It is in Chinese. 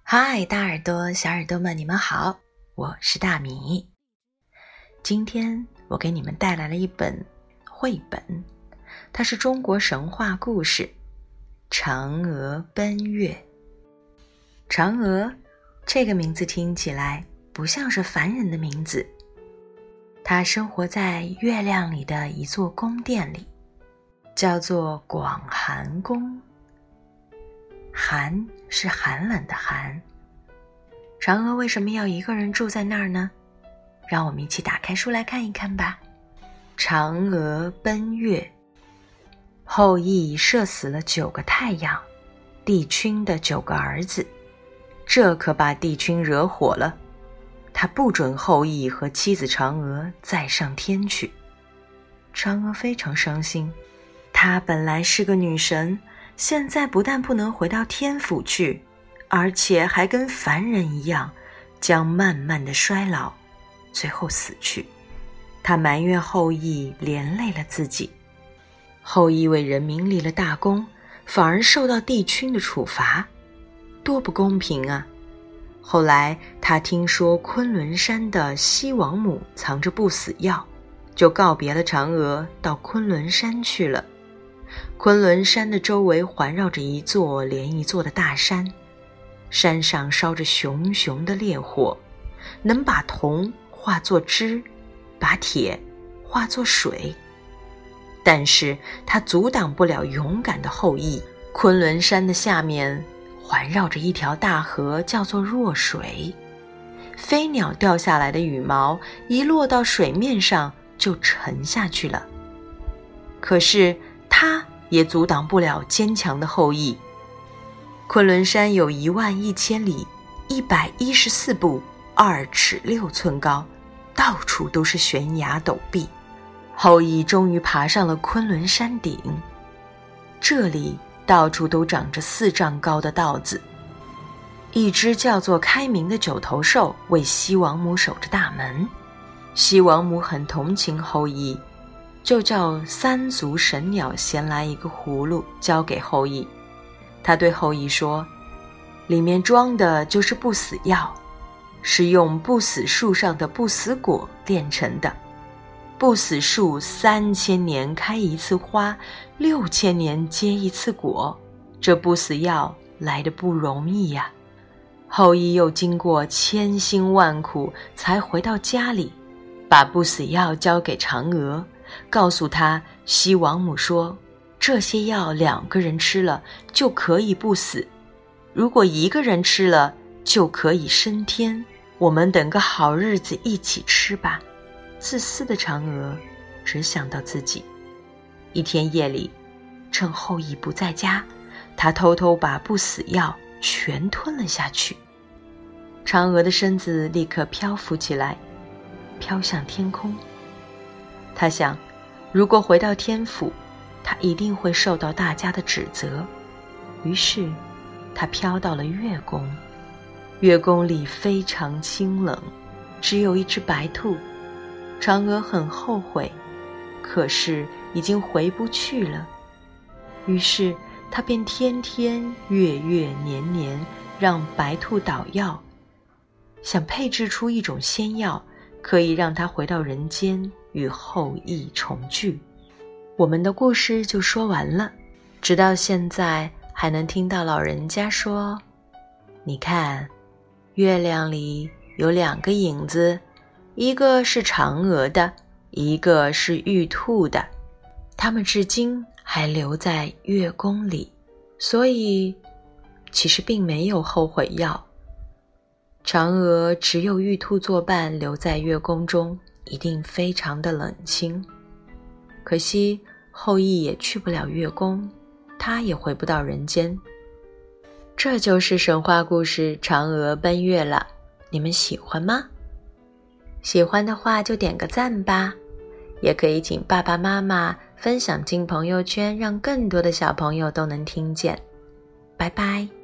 嗨，大耳朵、小耳朵们，你们好，我是大米。今天我给你们带来了一本绘本，它是中国神话故事《嫦娥奔月》。嫦娥这个名字听起来不像是凡人的名字，她生活在月亮里的一座宫殿里，叫做广寒宫。寒是寒冷的寒。嫦娥为什么要一个人住在那儿呢？让我们一起打开书来看一看吧。嫦娥奔月，后羿射死了9个太阳，帝君的9个儿子，这可把帝君惹火了，他不准后羿和妻子嫦娥再上天去。嫦娥非常伤心，她本来是个女神，现在不但不能回到天府去，而且还跟凡人一样，将慢慢的衰老，最后死去。他埋怨后羿连累了自己。后羿为人民立了大功，反而受到帝君的处罚，多不公平啊！后来他听说昆仑山的西王母藏着不死药，就告别了嫦娥，到昆仑山去了。昆仑山的周围环绕着一座连一座的大山，山上烧着熊熊的烈火，能把铜化作汁，把铁化作水。但是它阻挡不了勇敢的后羿。昆仑山的下面环绕着一条大河，叫做弱水，飞鸟掉下来的羽毛一落到水面上就沉下去了。可是它也阻挡不了坚强的后羿。昆仑山有11000里，114步，2尺6寸高，到处都是悬崖陡壁。后羿终于爬上了昆仑山顶，这里到处都长着4丈高的稻子。一只叫做开明的9头兽为西王母守着大门。西王母很同情后羿，就叫3足神鸟衔来一个葫芦交给后羿。他对后羿说，里面装的就是不死药，是用不死树上的不死果炼成的。不死树3000年开一次花，6000年结一次果，这不死药来得不容易呀。后羿又经过千辛万苦才回到家里，把不死药交给嫦娥，告诉她西王母说，这些药2个人吃了就可以不死，如果1个人吃了就可以升天，我们等个好日子一起吃吧。自私的嫦娥只想到自己。一天夜里，趁后羿不在家，她偷偷把不死药全吞了下去。嫦娥的身子立刻漂浮起来，飘向天空。她想，如果回到天府，她一定会受到大家的指责。于是她飘到了月宫。月宫里非常清冷，只有一只白兔。嫦娥很后悔，可是已经回不去了。于是她便天天月月年年让白兔捣药，想配制出一种仙药，可以让她回到人间与后羿重聚。我们的故事就说完了。直到现在还能听到老人家说，你看，月亮里有2个影子，一个是嫦娥的，一个是玉兔的，他们至今还留在月宫里，所以其实并没有后悔药。嫦娥只有玉兔作伴留在月宫中，一定非常的冷清。可惜后羿也去不了月宫，他也回不到人间。这就是神话故事《嫦娥奔月》了，你们喜欢吗？喜欢的话就点个赞吧，也可以请爸爸妈妈分享进朋友圈，让更多的小朋友都能听见。拜拜。